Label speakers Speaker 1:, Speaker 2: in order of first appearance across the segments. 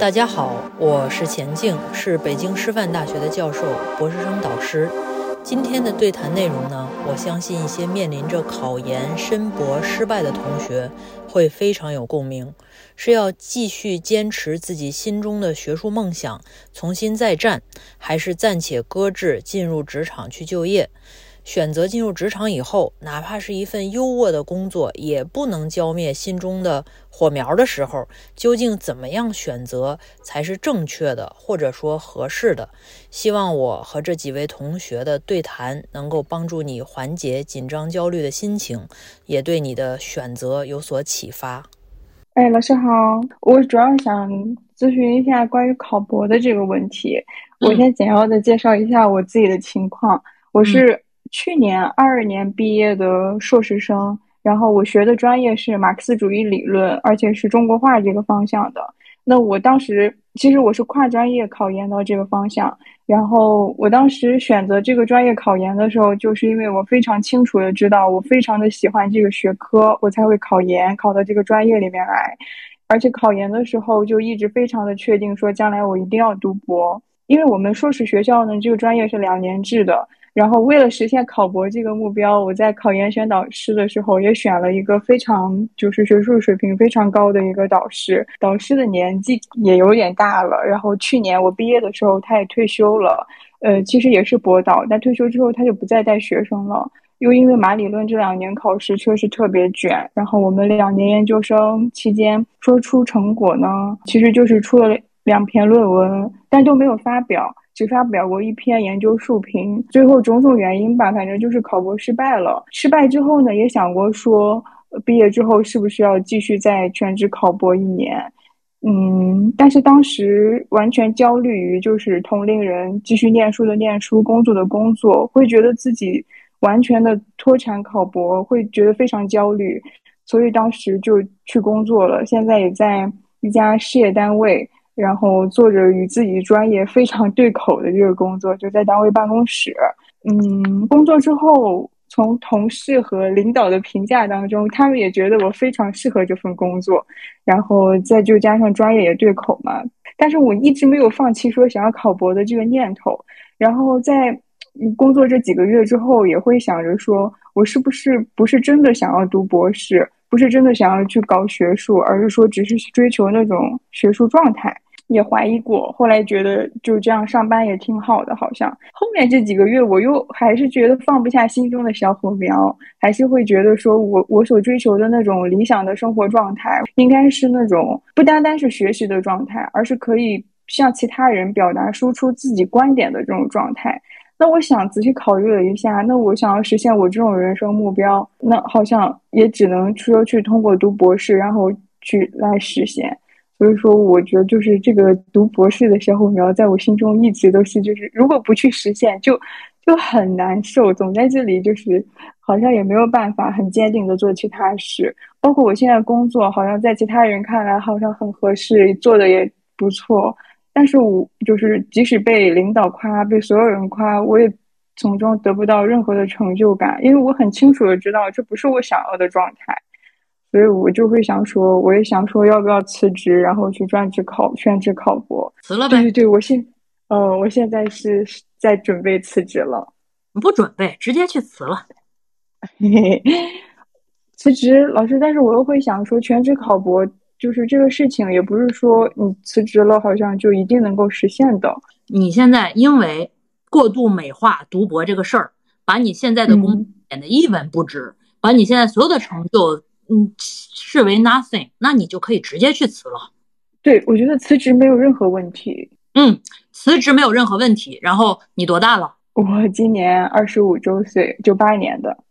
Speaker 1: 大家好，我是钱静，是北京师范大学的教授、博士生导师。今天的对谈内容呢，我相信一些面临着考研、申博失败的同学会非常有共鸣，是要继续坚持自己心中的学术梦想，重新再战，还是暂且搁置，进入职场去就业？选择进入职场以后，哪怕是一份优渥的工作，也不能浇灭心中的火苗的时候，究竟怎么样选择才是正确的，或者说合适的？希望我和这几位同学的对谈能够帮助你缓解紧张焦虑的心情，也对你的选择有所启发。
Speaker 2: 老师好，我主要想咨询一下关于考博的这个问题。我先简要的介绍一下我自己的情况。我是去年22年毕业的硕士生，然后我学的专业是马克思主义理论，而且是中国化这个方向的。那我当时其实我是跨专业考研到这个方向，然后我当时选择这个专业考研的时候，就是因为我非常清楚的知道我非常的喜欢这个学科，我才会考研考到这个专业里面来。而且考研的时候就一直非常的确定说将来我一定要读博，因为我们硕士学校呢这个专业是2年制的。然后为了实现考博这个目标，我在考研选导师的时候也选了一个非常就是学术水平非常高的一个导师，导师的年纪也有点大了，然后去年我毕业的时候他也退休了，其实也是博导，但退休之后他就不再带学生了，又因为马理论这2年考试确实特别卷，然后我们2年研究生期间说出成果呢，其实就是出了2篇论文，但都没有发表，只发表过1篇研究述评。最后种种原因吧，反正就是考博失败了。失败之后呢，也想过说毕业之后是不是要继续再全职考博1年。但是当时完全焦虑于就是同龄人继续念书的念书，工作的工作，会觉得自己完全的脱产考博，会觉得非常焦虑，所以当时就去工作了。现在也在一家事业单位，然后做着与自己专业非常对口的这个工作，就在单位办公室。工作之后，从同事和领导的评价当中，他们也觉得我非常适合这份工作，然后再就加上专业也对口嘛。但是我一直没有放弃说想要考博的这个念头。然后在工作这几个月之后，也会想着说，我是不是真的想要读博士，不是真的想要去搞学术，而是说只是追求那种学术状态。也怀疑过，后来觉得就这样上班也挺好的，好像后面这几个月我又还是觉得放不下心中的小火苗，还是会觉得说我所追求的那种理想的生活状态，应该是那种不单单是学习的状态，而是可以向其他人表达输出自己观点的这种状态。那我想仔细考虑了一下，那我想要实现我这种人生目标，那好像也只能说去通过读博士，然后去来实现。所以说我觉得就是这个读博士的小火苗在我心中一直都是，就是如果不去实现就很难受，总在这里就是好像也没有办法很坚定的做其他事。包括我现在工作好像在其他人看来好像很合适，做的也不错，但是我就是即使被领导夸，被所有人夸，我也从中得不到任何的成就感，因为我很清楚的知道这不是我想要的状态。所以我就会想说，我也想说要不要辞职，然后去全职考博。
Speaker 1: 辞了呗。
Speaker 2: 对对对，我现在是在准备辞职了。
Speaker 1: 不准备，直接去辞了。
Speaker 2: 嘿嘿，辞职，老师，但是我又会想说，全职考博就是这个事情，也不是说你辞职了好像就一定能够实现的。
Speaker 1: 你现在因为过度美化读博这个事儿，把你现在的工作显得一文不值，把你现在所有的成就视为 nothing， 那你就可以直接去辞了。
Speaker 2: 对，我觉得辞职没有任何问题。
Speaker 1: 辞职没有任何问题。然后你多大了？
Speaker 2: 我今年25周岁，98年的。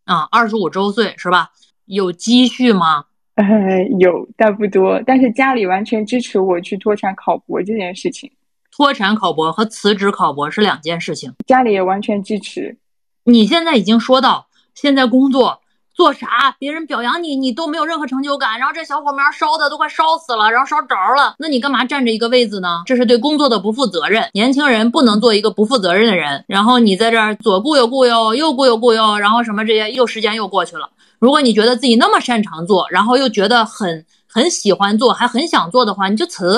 Speaker 1: 25周岁是吧？有积蓄吗？
Speaker 2: 有，但不多。但是家里完全支持我去脱产考博这件事情。
Speaker 1: 脱产考博和辞职考博是2件事情。
Speaker 2: 家里也完全支持。
Speaker 1: 你现在已经说到现在工作做啥，别人表扬你，你都没有任何成就感，然后这小火苗烧的都快烧死了，然后烧着了，那你干嘛占着一个位子呢？这是对工作的不负责任。年轻人不能做一个不负责任的人。然后你在这儿左顾右顾右顾右顾右，然后什么这些时间又过去了。如果你觉得自己那么擅长做，然后又觉得很喜欢做，还很想做的话，你就辞了。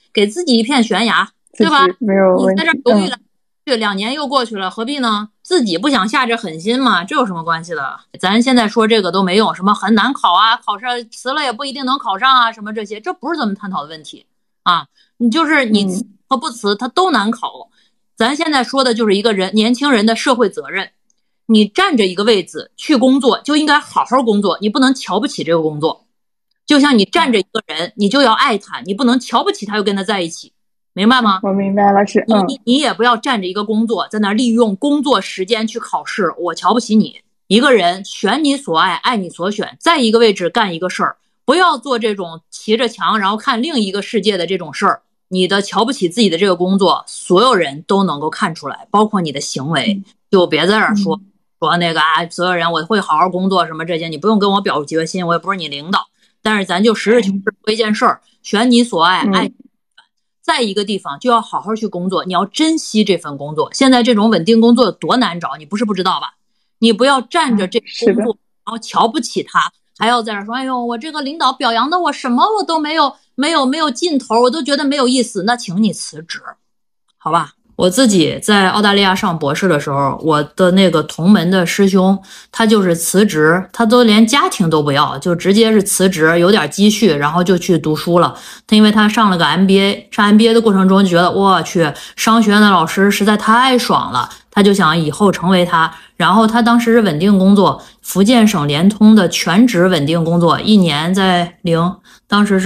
Speaker 3: 给自己一片悬崖，对吧？
Speaker 2: 没有问题。
Speaker 3: 你在这犹豫了2年又过去了，何必呢？自己不想下这狠心嘛，这有什么关系的？咱现在说这个都没用，什么很难考啊，考上辞了也不一定能考上啊，什么这些，这不是咱们探讨的问题啊。你就是你辞和不辞，它都难考。咱现在说的就是一个年轻人的社会责任。你占着一个位子去工作，就应该好好工作，你不能瞧不起这个工作。就像你站着一个人，你就要爱他，你不能瞧不起他又跟他在一起，明白吗？
Speaker 2: 我明白了，是
Speaker 3: 你也不要占着一个工作在那利用工作时间去考试，我瞧不起你。一个人选你所爱，爱你所选，在一个位置干一个事儿，不要做这种骑着墙然后看另一个世界的这种事儿。你的瞧不起自己的这个工作，所有人都能够看出来，包括你的行为，就别在这儿说那个啊，所有人我会好好工作什么这些，你不用跟我表决心，我也不是你领导。但是咱就实事求是说一件事儿，选你所爱，爱在一个地方就要好好去工作，你要珍惜这份工作。现在这种稳定工作有多难找，你不是不知道吧？你不要占着这个工作，然后瞧不起他，还要在这说，哎呦，我这个领导表扬的我什么我都没有劲头，我都觉得没有意思，那请你辞职，好吧？我自己在澳大利亚上博士的时候，我的那个同门的师兄，他就是辞职，他都连家庭都不要，就直接是辞职，有点积蓄，然后就去读书了。他因为他上了个 MBA， 上 MBA 的过程中就觉得，我去，商学院的老师实在太爽了，他就想以后成为他。然后他当时是稳定工作，福建省联通的全职稳定工作，一年当时是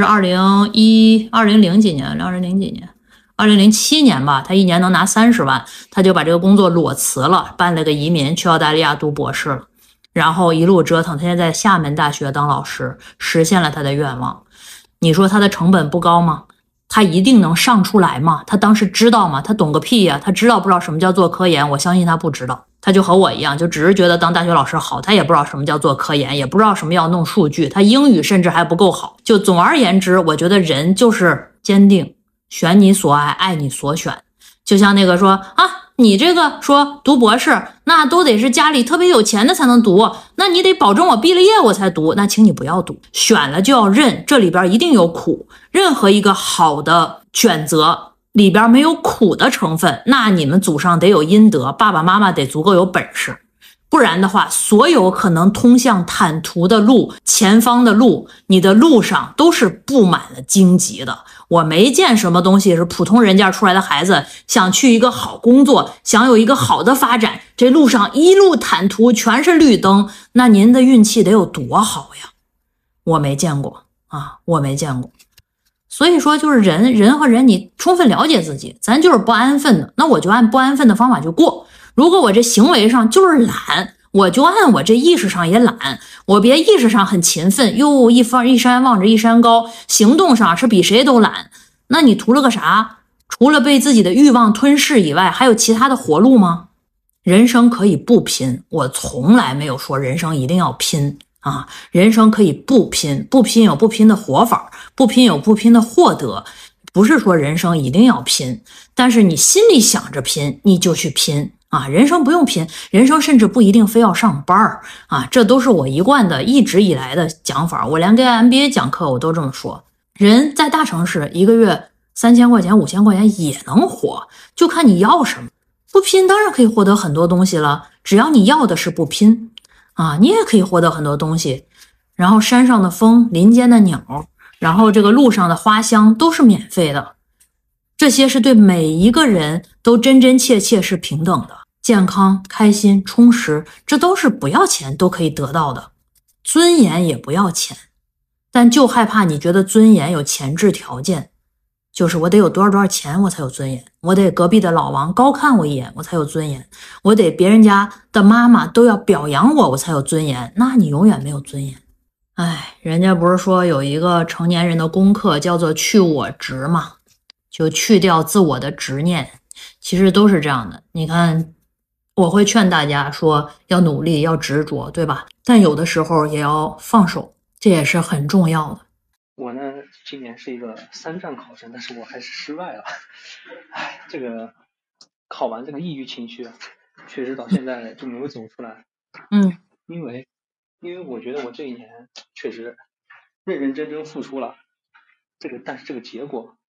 Speaker 3: 2007年。2007年吧，他一年能拿30万，他就把这个工作裸辞了，办了个移民去澳大利亚读博士了，然后一路折腾，他现在在厦门大学当老师，实现了他的愿望。你说他的成本不高吗？他一定能上出来吗？他当时知道吗？他懂个屁呀！他知道不知道什么叫做科研？我相信他不知道，他就和我一样，就只是觉得当大学老师好，他也不知道什么叫做科研，也不知道什么要弄数据，他英语甚至还不够好。就总而言之，我觉得人就是坚定。选你所爱，爱你所选。就像那个说啊，你这个说读博士，那都得是家里特别有钱的才能读，那你得保证我毕了业我才读，那请你不要读，选了就要认，这里边一定有苦。任何一个好的选择里边没有苦的成分，那你们祖上得有阴德，爸爸妈妈得足够有本事。不然的话，所有可能通向坦途的路，前方的路，你的路上都是布满了荆棘的。我没见什么东西是普通人家出来的孩子想去一个好工作，想有一个好的发展，这路上一路坦途全是绿灯，那您的运气得有多好呀？我没见过啊，我没见过。所以说就是人和人，你充分了解自己，咱就是不安分的，那我就按不安分的方法去过。如果我这行为上就是懒，我就按我这意识上也懒，我别意识上很勤奋，又一山望着一山高，行动上是比谁都懒，那你图了个啥？除了被自己的欲望吞噬以外，还有其他的活路吗？人生可以不拼，我从来没有说人生一定要拼啊，人生可以不拼，不拼有不拼的活法，不拼有不拼的获得，不是说人生一定要拼，但是你心里想着拼，你就去拼啊！人生不用拼，人生甚至不一定非要上班啊！这都是我一贯的一直以来的讲法，我连跟 MBA 讲课我都这么说。人在大城市一个月3000块钱、5000块钱也能活，就看你要什么。不拼当然可以获得很多东西了，只要你要的是不拼啊，你也可以获得很多东西。然后山上的风，林间的鸟，然后这个路上的花香都是免费的，这些是对每一个人都真真切切是平等的，健康、开心、充实，这都是不要钱都可以得到的。尊严也不要钱，但就害怕你觉得尊严有前置条件，就是我得有多少钱我才有尊严，我得隔壁的老王高看我一眼我才有尊严，我得别人家的妈妈都要表扬我才有尊严，那你永远没有尊严。哎，人家不是说有一个成年人的功课叫做去我执吗？就去掉自我的执念，其实都是这样的。你看，我会劝大家说要努力，要执着，对吧？但有的时候也要放手，这也是很重要的。
Speaker 4: 我呢，今年是一个3战考生，但是我还是失败了。哎，这个考完这个抑郁情绪，确实到现在就没有走出来。因为我觉得我这一年确实认认真真付出了，但是这个结果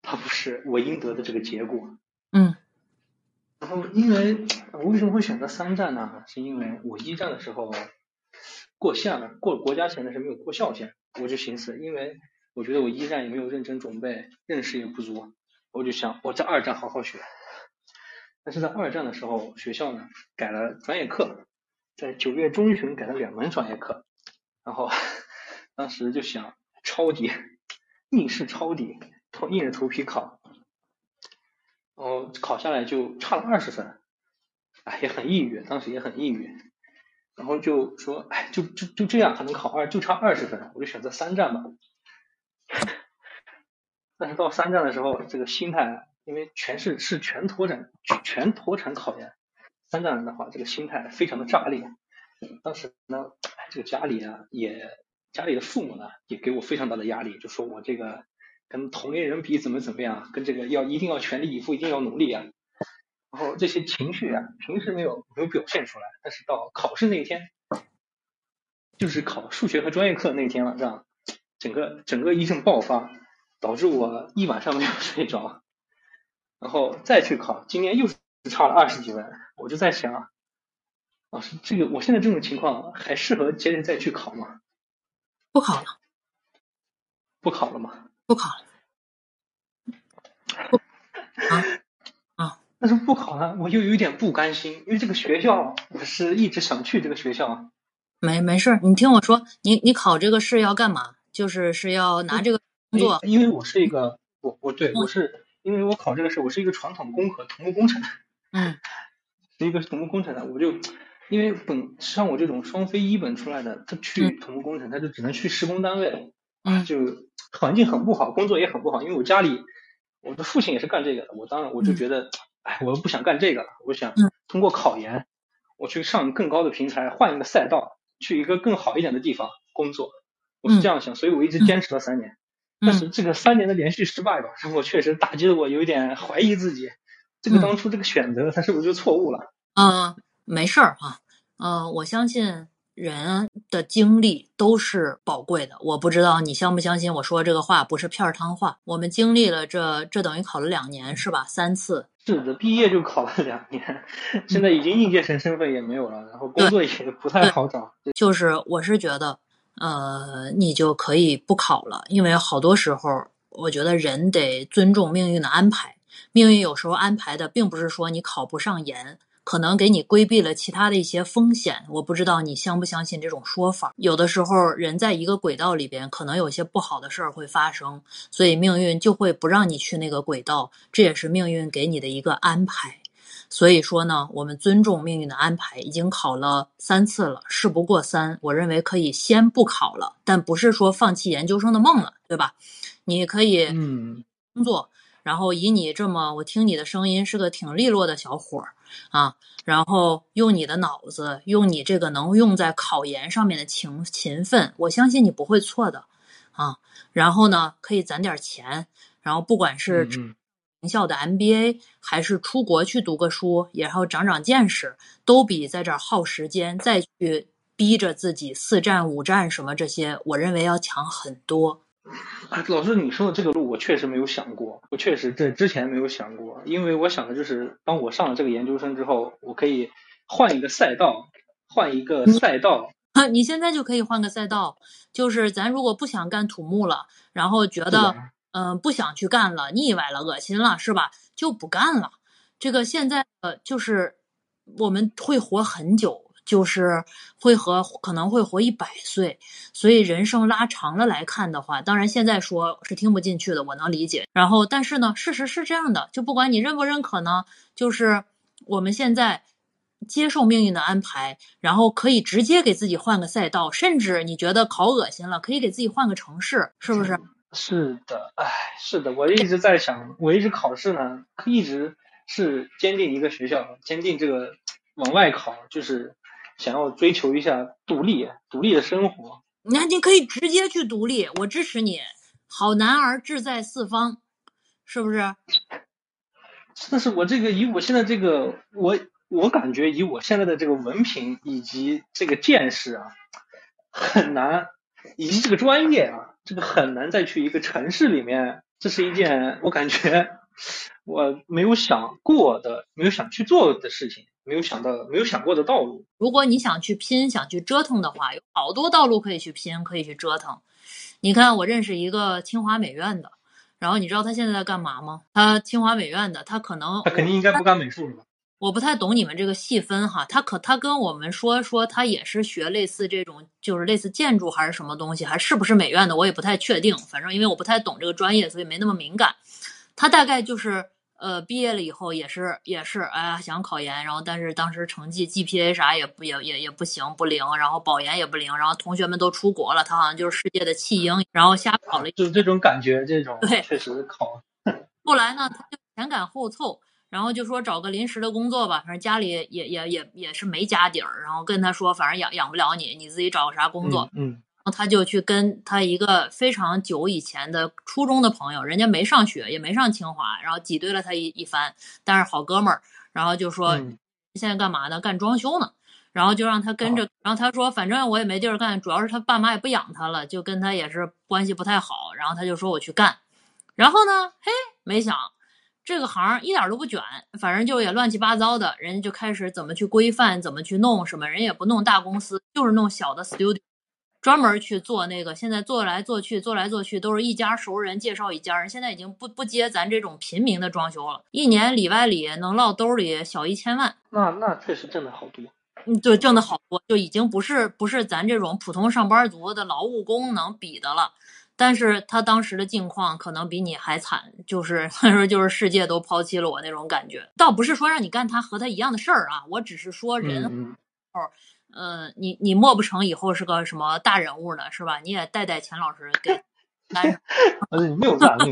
Speaker 4: 它不是我应得的这个结果。然后因为我为什么会选择3战呢？是因为我1战的时候过线了，过国家线，但是没有过校线。我就寻思，因为我觉得我1战也没有认真准备，认识也不足，我就想我在2战好好学。但是在2战的时候，学校呢改了专业课，在9月中旬改了2门专业课，然后当时就想抄底，逆势抄底，硬着头皮考，然后考下来就差了20分，也很抑郁，当时也很抑郁，然后就说就这样还能考就差20分，我就选择3战吧。但是到3战的时候，这个心态，因为是全脱产考研，3战的话，这个心态非常的炸裂。当时呢，这个家里的父母呢也给我非常大的压力，就说我这个跟同龄人比怎么样，跟这个一定要全力以赴，一定要努力啊。然后这些情绪平时没有表现出来，但是到考试那一天，就是考数学和专业课那天晚上，整个一阵爆发，导致我一晚上没有睡着，然后再去考，今年又是差了20几分，我就在想，老师，这个我现在这种情况还适合接着再去考吗？
Speaker 3: 不考了。
Speaker 4: 不考了吗？
Speaker 3: 不考了。
Speaker 4: 但是不考了，我又有点不甘心，因为这个学校我是一直想去这个学校。
Speaker 3: 没事，你听我说，你考这个试要干嘛？是要拿这个工作。
Speaker 4: 因为我是一个我是因为我考这个试，我是一个传统工科土木工程。是一个土木工程的，我就因为像我这种双非一本出来的，他去土木工程，他就只能去施工单位，就环境很不好，工作也很不好。因为我家里我的父亲也是干这个的，我当然我就觉得，我不想干这个了，我想通过考研，我去上更高的平台，换一个赛道，去一个更好一点的地方工作。我是这样想，所以我一直坚持了3年。但是这个3年的连续失败吧，让我确实打击了我，有一点怀疑自己，这个当初这个选择，它是不是就错误了？
Speaker 3: 没事儿啊，我相信人的经历都是宝贵的。我不知道你相不相信我说这个话不是片儿汤话。我们经历了这等于考了2年是吧？3次。
Speaker 4: 是的，毕业就考了2年，现在已经应届生身份也没有了，然后工作也不太好找。
Speaker 3: 就是我是觉得，你就可以不考了，因为好多时候我觉得人得尊重命运的安排。命运有时候安排的并不是说你考不上研，可能给你规避了其他的一些风险。我不知道你相不相信这种说法。有的时候人在一个轨道里边，可能有些不好的事儿会发生，所以命运就会不让你去那个轨道，这也是命运给你的一个安排。所以说呢，我们尊重命运的安排。已经考了3次了，事不过3，我认为可以先不考了，但不是说放弃研究生的梦了，对吧？你可以工作，然后以你这么，我听你的声音是个挺利落的小伙啊，然后用你的脑子，用你这个能用在考研上面的勤奋，我相信你不会错的啊。然后呢，可以攒点钱，然后不管是名校的 MBA 还是出国去读个书，然后长见识，都比在这儿耗时间再去逼着自己4战5战什么这些，我认为要强很多。
Speaker 4: 老师，你说的这个路我确实没有想过，我确实之前没有想过，因为我想的就是当我上了这个研究生之后，我可以换一个赛道。
Speaker 3: 你现在就可以换个赛道，就是咱如果不想干土木了，然后觉得不想去干了，腻歪了，恶心了，是吧？就不干了。这个现在就是我们会活很久，就是可能会活100岁，所以人生拉长了来看的话，当然现在说是听不进去的，我能理解。然后但是呢，事实是这样的，就不管你认不认可呢，就是我们现在接受命运的安排，然后可以直接给自己换个赛道，甚至你觉得考恶心了，可以给自己换个城市，是不是？
Speaker 4: 是的，是的，我一直在想，我一直考试呢，一直是坚定一个学校，坚定这个往外考，就是想要追求一下独立的生活。
Speaker 3: 那你可以直接去独立，我支持你。好男儿志在四方，是不是？
Speaker 4: 但是我这个以我现在这个我感觉以我现在的这个文凭以及这个见识啊，很难，以及这个专业啊，这个很难再去一个城市里面这是一件我感觉我没有想过的、没有想去做的事情，没有想过的道路。
Speaker 3: 如果你想去拼、想去折腾的话，有好多道路可以去拼，可以去折腾。你看，我认识一个清华美院的，然后你知道他现在在干嘛吗？他清华美院的，他肯
Speaker 4: 定应该不干美术是吧？
Speaker 3: 我不太懂你们这个细分哈，他跟我们说他也是学类似这种，就是类似建筑还是什么东西，还是不是美院的，我也不太确定。反正因为我不太懂这个专业，所以没那么敏感。他大概就是毕业了以后也是哎呀想考研，然后但是当时成绩 GPA 啥也不行，不灵，然后保研也不灵，然后同学们都出国了，他好像就是世界的弃婴，然后瞎考了。
Speaker 4: 就是这种感觉，这种
Speaker 3: 对，
Speaker 4: 确实考。
Speaker 3: 后来呢，他就前赶后凑。然后就说找个临时的工作吧，反正家里也是没家底儿，然后跟他说反正养不了你自己找个啥工作。然后他就去跟他一个非常久以前的初中的朋友，人家没上学也没上清华，然后挤兑了他一番，但是好哥们儿，然后就说现在干嘛呢？干装修呢。然后就让他跟着，然后他说反正我也没地儿干，主要是他爸妈也不养他了，就跟他也是关系不太好，然后他就说我去干。然后呢，嘿，没想这个行一点都不卷，反正就也乱七八糟的，人家就开始怎么去规范，怎么去弄什么，人也不弄大公司，就是弄小的 studio， 专门去做那个。现在做来做去都是一家熟人介绍一家人，现在已经不接咱这种平民的装修了，一年里外里能落兜里小1000万。
Speaker 4: 那确实挣的好多。
Speaker 3: 对，挣的好多，就已经不是咱这种普通上班族的劳务工能比的了。但是他当时的境况可能比你还惨，就是世界都抛弃了我那种感觉。倒不是说让你干他和他一样的事儿啊，我只是说人你磨不成以后是个什么大人物呢，是吧？你也带钱老师给
Speaker 4: 没有赞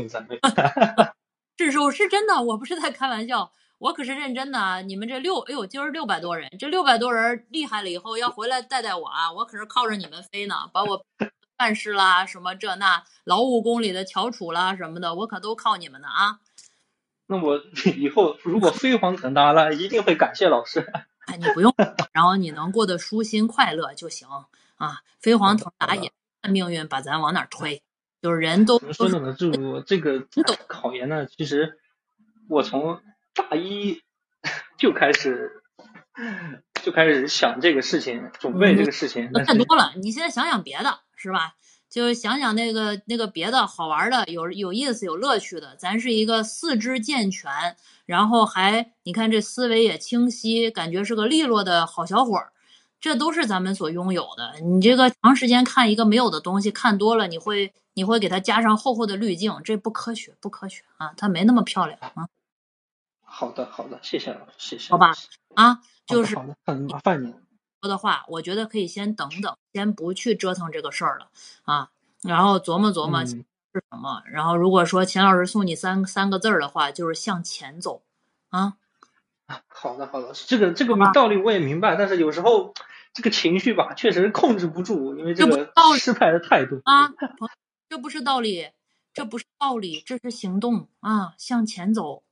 Speaker 3: 是真的，我不是在开玩笑，我可是认真的啊。你们这今儿600多人，这600多人厉害了以后要回来带我啊，我可是靠着你们飞呢，把我办事啦什么这那劳务宫里的翘楚啦什么的，我可都靠你们呢啊。
Speaker 4: 那我以后如果飞黄腾达了，一定会感谢老师。
Speaker 3: 哎，你不用，然后你能过得舒心快乐就行啊。飞黄腾达也看命运把咱往哪推，就是人都
Speaker 4: 说呢，就这个考研呢，其实我从大一就开始想这个事情，准备这个事情。
Speaker 3: 太多了，你现在想想别的，是吧？就想想那个别的好玩的、有意思、有乐趣的。咱是一个四肢健全，然后你看这思维也清晰，感觉是个利落的好小伙儿，这都是咱们所拥有的。你这个长时间看一个没有的东西，看多了，你会给它加上厚厚的滤镜，这不科学啊！它没那么漂亮啊。
Speaker 4: 好的，谢谢老师，谢谢。
Speaker 3: 好吧，啊，就是
Speaker 4: 好的，很麻烦你。
Speaker 3: 说的话，我觉得可以先等等，先不去折腾这个事儿了啊，然后琢磨是什么。然后如果说钱老师送你三个字的话，就是向前走啊。
Speaker 4: 好的，这个道理我也明白，但是有时候这个情绪吧，确实控制不住，因为这个失败的态度
Speaker 3: 啊，这不是道理，这是行动啊，向前走。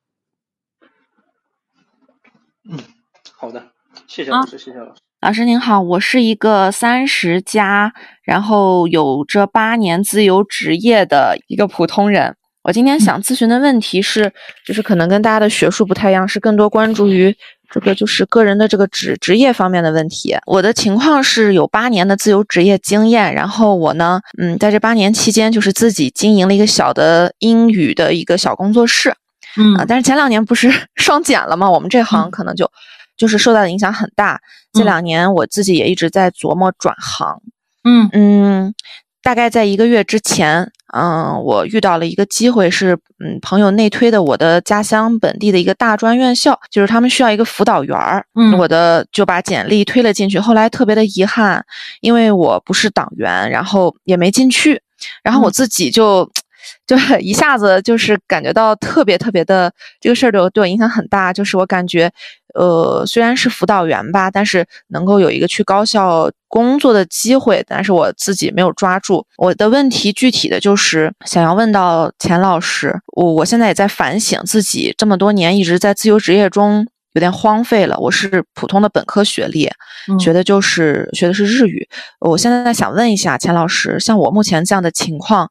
Speaker 4: 好的，谢谢老师，谢谢老师。
Speaker 5: 老师您好，我是一个30+，然后有着8年自由职业的一个普通人。我今天想咨询的问题是，就是可能跟大家的学术不太一样，是更多关注于这个就是个人的这个职业方面的问题。我的情况是有8年的自由职业经验，然后我呢，在这8年期间就是自己经营了一个小的英语的一个小工作室。但是前2年不是双减了吗？我们这行可能就是受到的影响很大。这2年我自己也一直在琢磨转行。大概在1个月之前，我遇到了一个机会，是朋友内推的我的家乡本地的一个大专院校，就是他们需要一个辅导员。我就把简历推了进去，后来特别的遗憾，因为我不是党员，然后也没进去，然后我自己就一下子就是感觉到特别的这个事儿对我影响很大。就是我感觉虽然是辅导员吧，但是能够有一个去高校工作的机会，但是我自己没有抓住。我的问题具体的就是想要问到钱老师，我现在也在反省自己这么多年一直在自由职业中有点荒废了。我是普通的本科学历，学的是日语。我现在想问一下钱老师，像我目前这样的情况，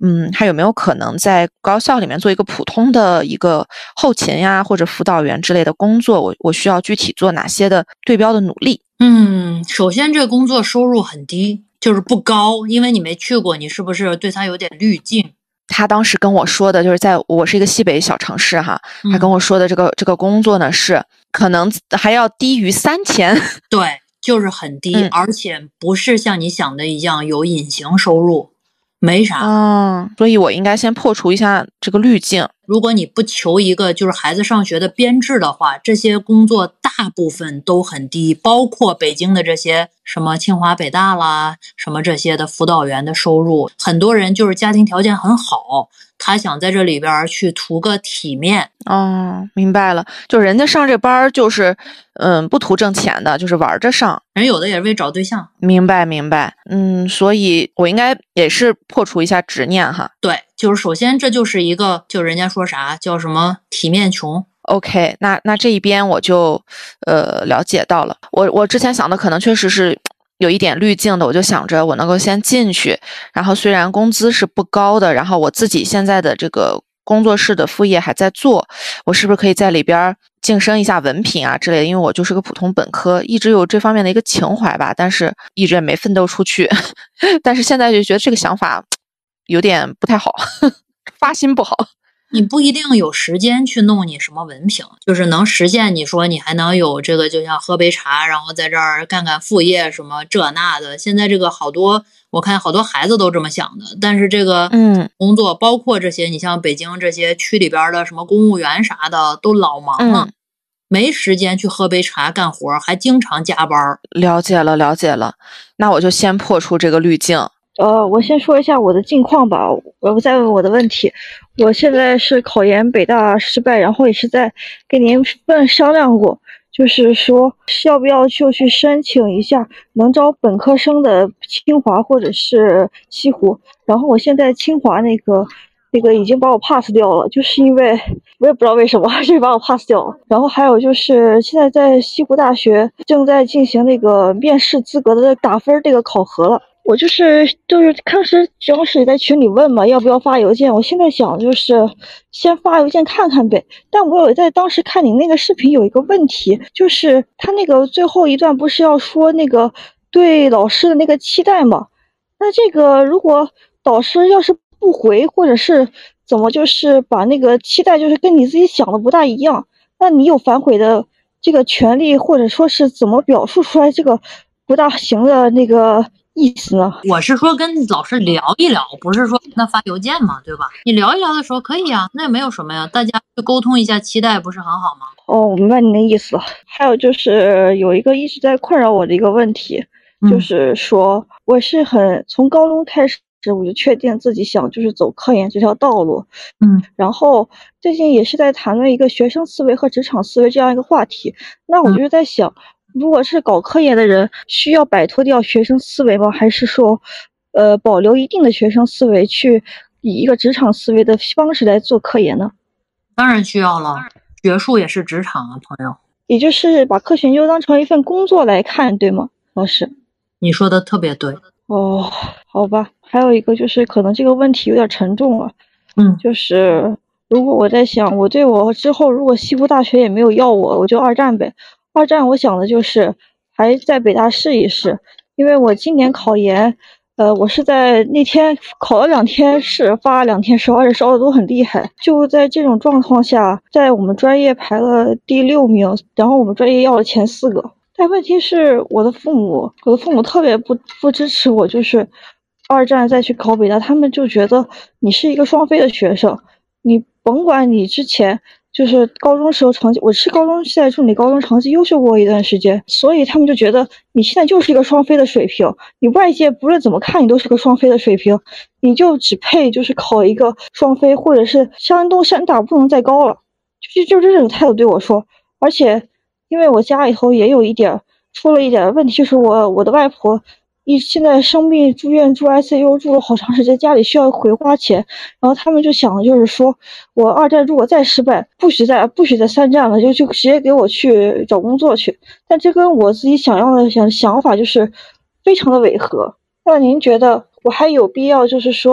Speaker 5: 还有没有可能在高校里面做一个普通的一个后勤呀或者辅导员之类的工作，我需要具体做哪些的对标的努力？
Speaker 3: 首先这工作收入很低，就是不高，因为你没去过，你是不是对它有点滤镜？
Speaker 5: 他当时跟我说的就是我是一个西北小城市哈，他跟我说的这个工作呢是可能还要低于3000。
Speaker 3: 对，就是很低，而且不是像你想的一样有隐形收入，没啥。
Speaker 5: 所以我应该先破除一下这个滤镜。
Speaker 3: 如果你不求一个就是孩子上学的编制的话，这些工作大部分都很低，包括北京的这些什么清华北大啦，什么这些的辅导员的收入，很多人就是家庭条件很好，他想在这里边去图个体面。
Speaker 5: 明白了，就人家上这班就是不图挣钱的，就是玩着上，
Speaker 3: 人有的也是为找对象。
Speaker 5: 明白。所以我应该也是破除一下执念哈。
Speaker 3: 对，就是首先这就是一个，就人家说啥叫什么体面穷。
Speaker 5: OK， 那这一边我就了解到了。我之前想的可能确实是有一点滤镜的，我就想着我能够先进去，然后虽然工资是不高的，然后我自己现在的这个工作室的副业还在做，我是不是可以在里边晋升一下文凭啊之类的？因为我就是个普通本科，一直有这方面的一个情怀吧，但是一直也没奋斗出去。但是现在就觉得这个想法有点不太好，发心不好。
Speaker 3: 你不一定有时间去弄你什么文凭，就是能实现你说你还能有这个，就像喝杯茶，然后在这儿干干副业什么这那的。现在这个好多，我看好多孩子都这么想的，但是这个工作包括这些，你像北京这些区里边的什么公务员啥的都老忙了，没时间去喝杯茶干活，还经常加班。
Speaker 5: 了解了，那我就先破除这个滤镜。
Speaker 2: 我先说一下我的近况吧，我再问我的问题。我现在是考研北大失败，然后也是在跟您商量过，就是说要不要就去申请一下能招本科生的清华或者是西湖。然后我现在清华那个已经把我 pass 掉了，就是因为我也不知道为什么就把我 pass 掉了。然后还有就是现在在西湖大学正在进行那个面试资格的打分这个考核了。我就是当时主要是在群里问嘛，要不要发邮件。我现在想就是先发邮件看看呗。但我有在当时看你那个视频有一个问题，就是他那个最后一段不是要说那个对老师的那个期待嘛？那这个如果导师要是不回，或者是怎么就是把那个期待就是跟你自己想的不大一样，那你有反悔的这个权利，或者说是怎么表述出来这个不大行的那个意思呢？
Speaker 3: 我是说跟老师聊一聊，不是说那发邮件嘛，对吧？你聊一聊的时候可以啊，那也没有什么呀，大家去沟通一下期待不是很好吗？
Speaker 2: 我明白你的意思了。还有就是有一个一直在困扰我的一个问题，就是说我是从高中开始我就确定自己想就是走科研这条道路，然后最近也是在谈论一个学生思维和职场思维这样一个话题。那我就是在想，如果是搞科研的人，需要摆脱掉学生思维吗？还是说，保留一定的学生思维，去以一个职场思维的方式来做科研呢？
Speaker 3: 当然需要了，学术也是职场啊，朋友。
Speaker 2: 也就是把科学研究当成一份工作来看，对吗，老师？
Speaker 3: 你说的特别对。
Speaker 2: 好吧。还有一个就是可能这个问题有点沉重了，就是如果我在想，我之后如果西湖大学也没有要我就二战呗。二战我想的就是还在北大试一试，因为我今年考研，我是在那天考了2天试，发2天烧，而且烧的都很厉害。就在这种状况下，在我们专业排了第6名，然后我们专业要了前4个。但问题是我的父母特别不支持我，就是二战再去考北大，他们就觉得你是一个双非的学生，你甭管你之前就是高中时候成绩，我是高中在重点高中成绩优秀过一段时间，所以他们就觉得你现在就是一个双非的水平，你外界不论怎么看你都是个双非的水平，你就只配就是考一个双非，或者是山东山大不能再高了，就这种态度对我说。而且因为我家里头也有出了一点问题，就是我的外婆现在生病住院住 ICU 住了好长时间，家里需要回花钱，然后他们就想的就是说，我二战如果再失败，不许再3战了，就直接给我去找工作去。但这跟我自己想要的想法就是非常的违和。那您觉得我还有必要就是说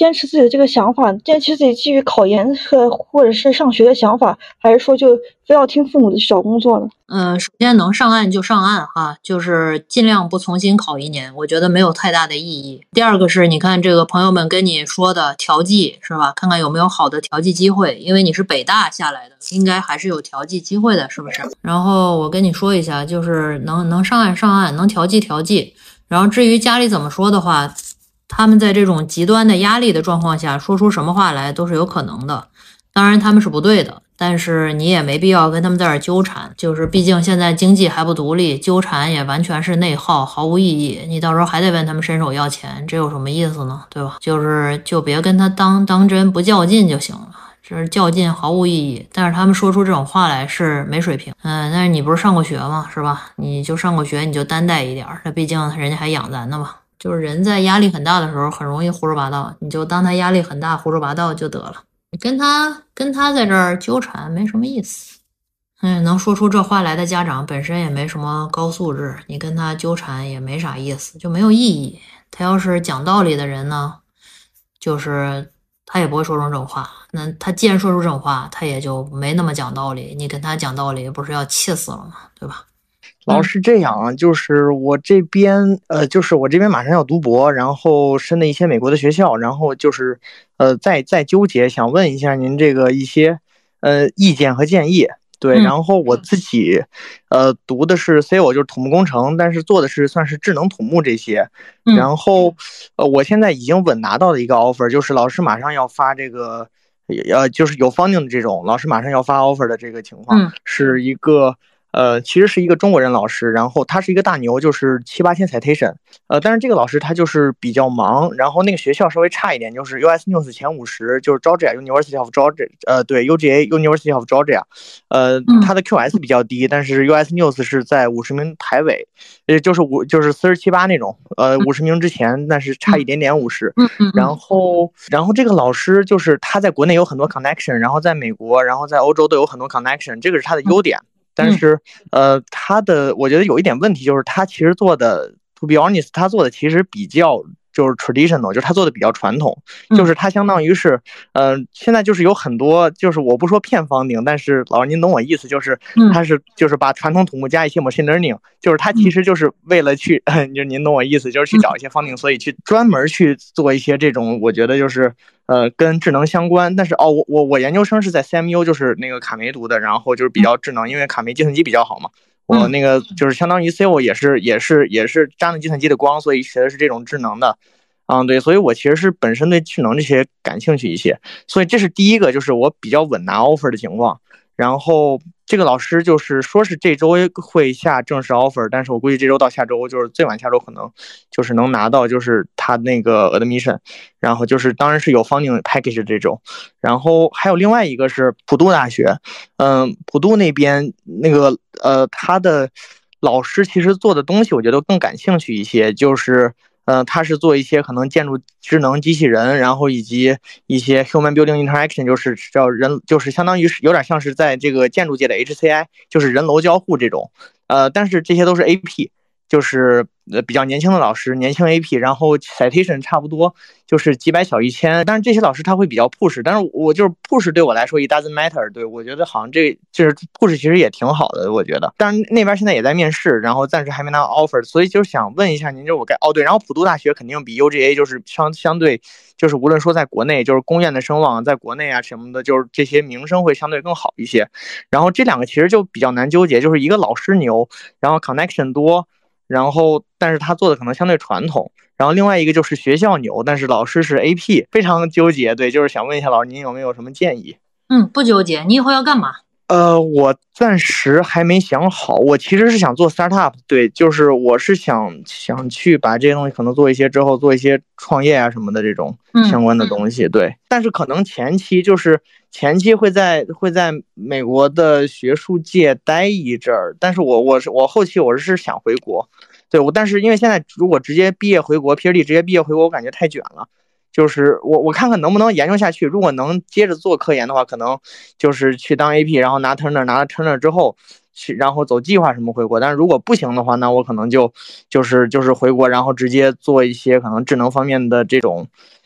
Speaker 6: 坚持自己的这个想法，坚持自己基于考研或者是上学的想法，还是说就非要听父母的去找工作呢？
Speaker 3: 首先能上岸就上岸哈，就是尽量不重新考1年，我觉得没有太大的意义。第二个是，你看这个朋友们跟你说的调剂是吧？看看有没有好的调剂机会，因为你是北大下来的，应该还是有调剂机会的，是不是？然后我跟你说一下，就是能上岸，能调剂。然后至于家里怎么说的话，他们在这种极端的压力的状况下说出什么话来都是有可能的。当然他们是不对的，但是你也没必要跟他们在这儿纠缠，就是毕竟现在经济还不独立，纠缠也完全是内耗，毫无意义。你到时候还得问他们伸手要钱，这有什么意思呢？对吧？就别跟他当真，不较劲就行了。这是较劲毫无意义，但是他们说出这种话来是没水平。但是你不是上过学吗？是吧？你就上过学，你就担待一点，那毕竟人家还养咱的嘛。就是人在压力很大的时候很容易胡说八道，你就当他压力很大胡说八道就得了。你跟他在这儿纠缠没什么意思。能说出这话来的家长本身也没什么高素质，你跟他纠缠也没啥意思，就没有意义。他要是讲道理的人呢，就是他也不会说出这种话。那他既然说出这种话，他也就没那么讲道理。你跟他讲道理，不是要气死了吗？对吧？
Speaker 7: 老师这样啊，就是我这边马上要读博，然后申的一些美国的学校，然后就是在纠结，想问一下您这个一些意见和建议。对，然后我自己读的是 CO， 就是土木工程，但是做的是算是智能土木这些。然后我现在已经稳拿到的一个 offer， 就是老师马上要发这个就是有 funding 的这种，老师马上要发 offer 的这个情况，是一个其实是一个中国人老师，然后他是一个大牛，就是7-8千 citation，但是这个老师他就是比较忙，然后那个学校稍微差一点，就是 US News 前50，就是 Georgia University of Georgia， 对 UGA University of Georgia， 他的 QS 比较低，但是 US News 是在50名排尾，就是47、8那种，50名之前，但是差一点点50。然后这个老师就是他在国内有很多 connection， 然后在美国，然后在欧洲都有很多 connection， 这个是他的优点。但是我觉得有一点问题，就是他其实做的 to be honest， 他做的其实比较就是 traditional， 就是他做的比较传统，就是他相当于是现在就是有很多，就是我不说骗funding，但是老师您懂我意思，就是他是就是把传统土木加一些 machine learning， 就是他其实就是为了去就是您懂我意思，就是去找一些funding，所以去专门去做一些这种，我觉得就是跟智能相关。但是我研究生是在 CMU， 就是那个卡梅读的，然后就是比较智能，因为卡梅计算机比较好嘛。我那个就是相当于 CO 也是沾了计算机的光，所以学的是这种智能的，对，所以我其实是本身对智能这些感兴趣一些，所以这是第一个，就是我比较稳拿 offer 的情况。然后这个老师就是说是这周会下正式 offer， 但是我估计这周到下周，就是最晚下周可能就是能拿到就是他那个 admission， 然后就是当然是有 funding package 这种。然后还有另外一个是普渡大学，普渡那边那个他的老师其实做的东西我觉得更感兴趣一些，就是他是做一些可能建筑智能机器人，然后以及一些 human building interaction， 就是叫人，就是相当于是有点像是在这个建筑界的 HCI， 就是人楼交互这种，但是这些都是 AP， 就是比较年轻的老师，年轻 AP， 然后 citation 差不多就是几百小1000，但是这些老师他会比较 push， 但是我就是 push 对我来说 it doesn't matter， 对，我觉得好像这就是 push 其实也挺好的，我觉得。当然那边现在也在面试，然后暂时还没拿到 offer， 所以就是想问一下您，就我对，然后普渡大学肯定比 UGA 就是相对就是无论说在国内就是公院的声望，在国内啊什么的，就是这些名声会相对更好一些。然后这两个其实就比较难纠结，就是一个老师牛，然后 connection 多，然后但是他做的可能相对传统，然后另外一个就是学校牛，但是老师是 AP， 非常纠结。对，就是想问一下老师您有没有什么建议？
Speaker 3: 不纠结。你以后要干嘛？
Speaker 7: 我暂时还没想好，我其实是想做 startup， 对，就是我是想去把这些东西可能做一些之后做一些创业啊什么的这种相关的东西，对，但是可能前期会在美国的学术界待一阵儿，但是我后期我是想回国，对，但是因为现在如果直接毕业回国 PhD 直接毕业回国，我感觉太卷了。就是我看看能不能研究下去，如果能接着做科研的话，可能就是去当 AP， 然后拿了 Turner 之后去，然后走计划什么回国。但是如果不行的话，那我可能就是回国，然后直接做一些可能智能方面的这种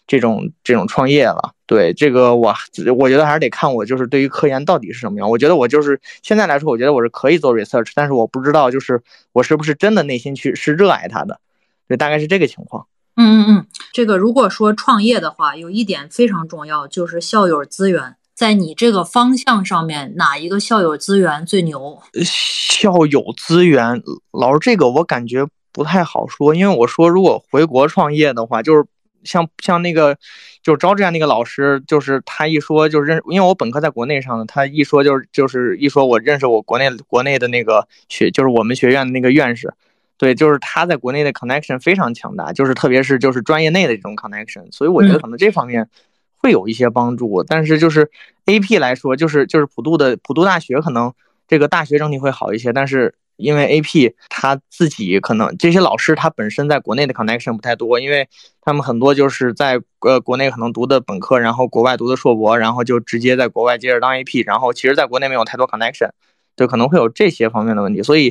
Speaker 7: 这种创业了。对，这个我觉得还是得看我就是对于科研到底是什么样。我觉得我就是现在来说，我觉得我是可以做 research， 但是我不知道就是我是不是真的内心是热爱它的。对，大概是这个情况。
Speaker 3: 这个如果说创业的话，有一点非常重要，就是校友资源。在你这个方向上面，哪一个校友资源最牛？
Speaker 7: 校友资源，老师这个我感觉不太好说，因为我说如果回国创业的话，就是像那个就是招这样那个老师，就是他一说就是因为我本科在国内上的，他一说就是一说我认识我国内的那个就是我们学院的那个院士。对，就是他在国内的 connection 非常强大，就是特别是就是专业内的这种 connection， 所以我觉得可能这方面会有一些帮助。但是就是 AP 来说，就是普渡大学可能这个大学整体会好一些，但是因为 AP 他自己可能这些老师他本身在国内的 connection 不太多，因为他们很多就是在国内可能读的本科，然后国外读的硕博，然后就直接在国外接着当 AP， 然后其实在国内没有太多 connection， 对，可能会有这些方面的问题，所以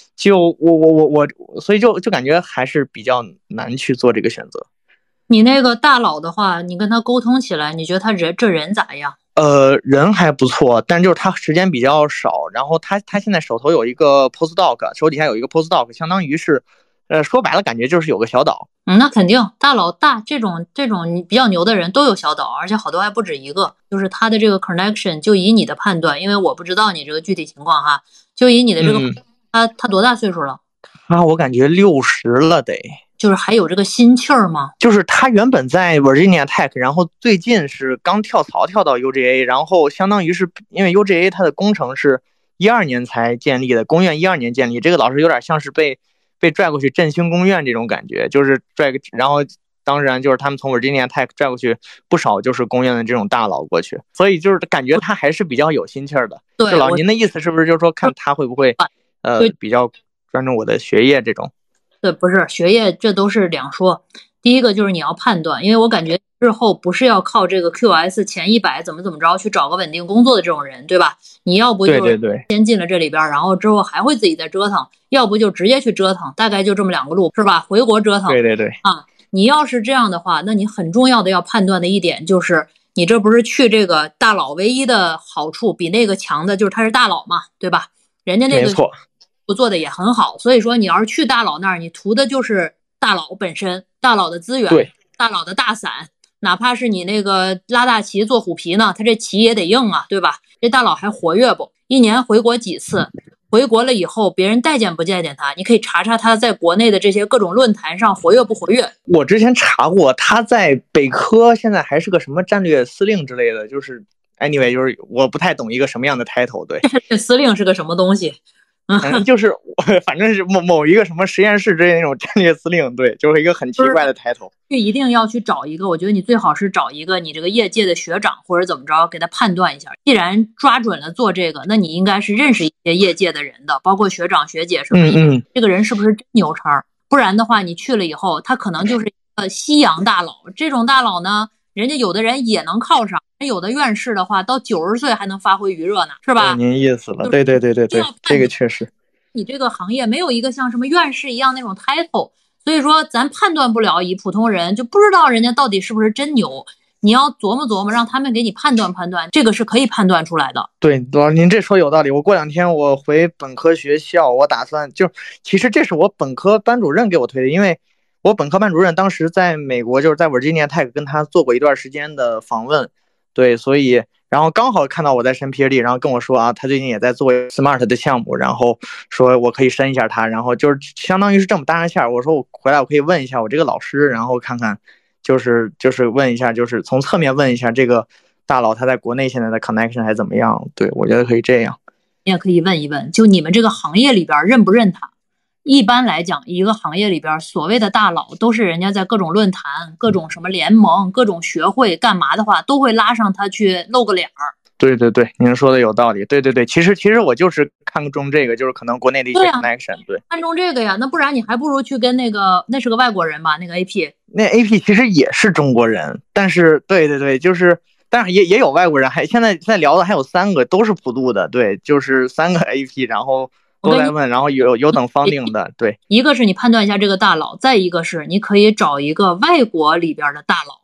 Speaker 7: 所以就感觉还是比较难去做这个选择。
Speaker 3: 你那个大佬的话，你跟他沟通起来，你觉得他这人咋样？
Speaker 7: 人还不错，但就是他时间比较少，然后他现在手头有一个 postdoc， 手底下有一个 postdoc， 相当于是说白了感觉就是有个小岛。
Speaker 3: 那肯定大佬这种比较牛的人都有小岛，而且好多还不止一个。就是他的这个 connection， 就以你的判断，因为我不知道你这个具体情况哈，就以你的这个他多大岁数了？
Speaker 7: 我感觉60了得。
Speaker 3: 就是还有这个心气儿吗？
Speaker 7: 就是他原本在 Virginia Tech， 然后最近是刚跳槽跳到 UGA， 然后相当于是因为 UGA 它的工程是12年才建立的，工院12年建立，这个老师有点像是被拽过去振兴工院这种感觉，就是然后当然就是他们从 Virginia Tech 拽过去不少就是工院的这种大佬过去，所以就是感觉他还是比较有心气儿的。
Speaker 3: 对，
Speaker 7: 就您的意思是不是就是说看他会不会比较专注我的学业这种？
Speaker 3: 对，不是学业，这都是两说。第一个就是你要判断，因为我感觉日后不是要靠这个 QS 前100怎么着去找个稳定工作的这种人，对吧？你要不就是先进了这里边，然后之后还会自己再折腾，要不就直接去折腾，大概就这么2个路，是吧？回国折腾。
Speaker 7: 对
Speaker 3: 啊，你要是这样的话，那你很重要的要判断的一点就是，你这不是去这个大佬唯一的好处比那个强的就是他是大佬嘛，对吧？人家那个不做的也很好，所以说你要是去大佬那儿，你图的就是大佬本身，大佬的资源，大佬的大伞，哪怕是你那个拉大旗做虎皮呢，他这旗也得硬啊，对吧？这大佬还活跃不？一年回国几次？回国了以后，别人待见不待见他？你可以查查他在国内的这些各种论坛上活跃不活跃。
Speaker 7: 我之前查过，他在北科现在还是个什么战略司令之类的，就是 anyway， 就是我不太懂一个什么样的 title。对，
Speaker 3: 这司令是个什么东西？
Speaker 7: 就是反正是某一个什么实验室之类的那种战略司令，对，就是一个很奇怪的抬头。
Speaker 3: 就一定要去找一个，我觉得你最好是找一个你这个业界的学长或者怎么着，给他判断一下。既然抓准了做这个，那你应该是认识一些业界的人的，包括学长学姐什么的。这个人是不是真牛叉？不然的话，你去了以后，他可能就是一个西洋大佬。这种大佬呢，人家有的人也能靠上，有的院士的话，到90岁还能发挥余热呢，是吧？
Speaker 7: 您意思了，对，这个确实。
Speaker 3: 你这个行业没有一个像什么院士一样那种 title， 所以说咱判断不了，以普通人就不知道人家到底是不是真牛。你要琢磨琢磨，让他们给你判断判断，这个是可以判断出来的。
Speaker 7: 对，老师您这说有道理。我过2天我回本科学校，我打算其实这是我本科班主任给我推的，因为我本科班主任当时在美国，就是在 Virginia Tech 跟他做过一段时间的访问，对，所以然后刚好看到我在申 PhD， 然后跟我说啊，他最近也在做 Smart 的项目，然后说我可以申一下他，然后就是相当于是这么搭上线。我说我回来我可以问一下我这个老师，然后看看就是问一下，就是从侧面问一下这个大佬他在国内现在的 connection 还怎么样。对，我觉得可以这样。
Speaker 3: 你也可以问一问，就你们这个行业里边认不认他？一般来讲，一个行业里边所谓的大佬都是人家在各种论坛、各种什么联盟、各种学会干嘛的话，都会拉上他去露个脸儿。
Speaker 7: 对，您说的有道理。对，其实我就是看中这个，就是可能国内的一些 connection。对，
Speaker 3: 看中这个呀，那不然你还不如去跟那是个外国人吧，那个 AP。
Speaker 7: 那 AP 其实也是中国人，但是对，就是但是也有外国人，还现在聊的还有3个都是普渡的，对，就是3个 AP， 然后都在问，然后有等方定的。对，
Speaker 3: 一个是你判断一下这个大佬，再一个是你可以找一个外国里边的大佬，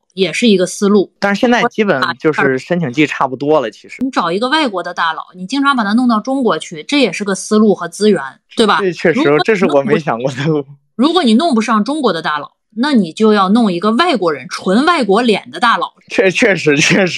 Speaker 3: 也是一个思路。
Speaker 7: 但是现在基本就是申请季差不多了，其实
Speaker 3: 你找一个外国的大佬，你经常把他弄到中国去，这也是个思路和资源，对吧？
Speaker 7: 这确实，这是我没想过的路。
Speaker 3: 如果你弄不上中国的大佬，那你就要弄一个外国人，纯外国脸的大佬。
Speaker 7: 确实，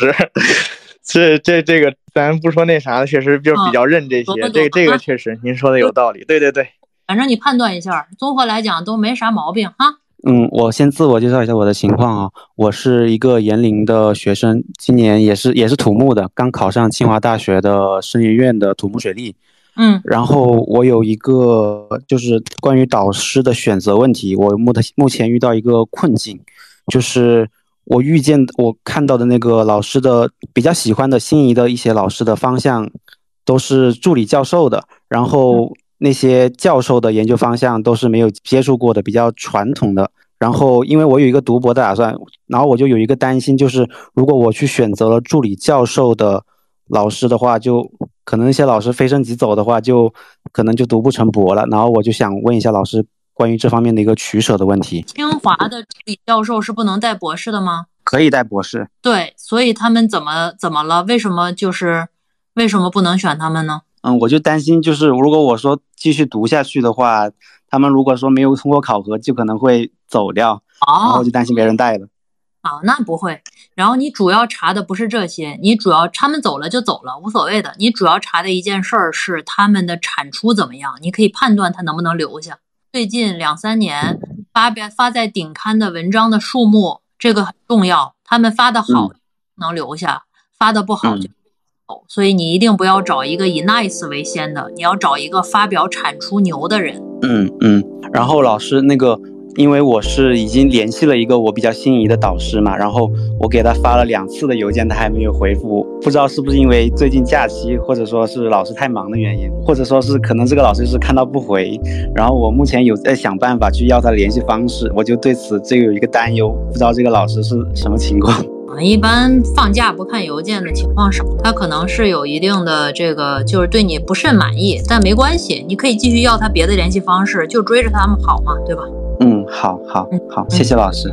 Speaker 7: 这个咱不说那啥的，确实就比较认这些。这个确实，您说的有道理。对，
Speaker 3: 反正你判断一下，综合来讲都没啥毛病哈。
Speaker 8: 我先自我介绍一下我的情况啊，我是一个研龄的学生，今年也是土木的，刚考上清华大学的生研院的土木水利。然后我有一个就是关于导师的选择问题，我目前遇到一个困境，就是我看到的那个老师的比较喜欢的心仪的一些老师的方向都是助理教授的，然后那些教授的研究方向都是没有接触过的，比较传统的。然后因为我有一个读博的打算，然后我就有一个担心，就是如果我去选择了助理教授的老师的话，就可能那些老师飞升即走的话，就可能就读不成博了。然后我就想问一下老师关于这方面的一个取舍的问题。
Speaker 3: 清华的助理教授是不能带博士的吗？
Speaker 8: 可以带博士。
Speaker 3: 对，所以他们怎么了？为什么不能选他们呢？
Speaker 8: 我就担心，就是如果我说继续读下去的话，他们如果说没有通过考核，就可能会走掉。然后我就担心别人带了。
Speaker 3: 那不会。然后你主要查的不是这些，他们走了就走了，无所谓的。你主要查的一件事儿是他们的产出怎么样，你可以判断他能不能留下。最近2-3年发在顶刊的文章的数目，这个很重要。他们发的好能留下，发的不好就走。所以你一定不要找一个以 nice 为先的，你要找一个发表产出牛的人。
Speaker 8: 然后老师因为我是已经联系了一个我比较心仪的导师嘛，然后我给他发了2次的邮件，他还没有回复，不知道是不是因为最近假期，或者说是老师太忙的原因，或者说是可能这个老师是看到不回，然后我目前有在想办法去要他的联系方式，我就对此这个有一个担忧，不知道这个老师是什么情况。
Speaker 3: 一般放假不看邮件的情况少，他可能是有一定的就是对你不甚满意，但没关系，你可以继续要他别的联系方式，就追着他们跑嘛，对吧？
Speaker 8: 好，谢谢老师。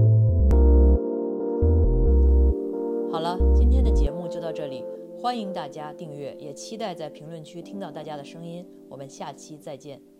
Speaker 1: 好了，今天的节目就到这里，欢迎大家订阅，也期待在评论区听到大家的声音，我们下期再见。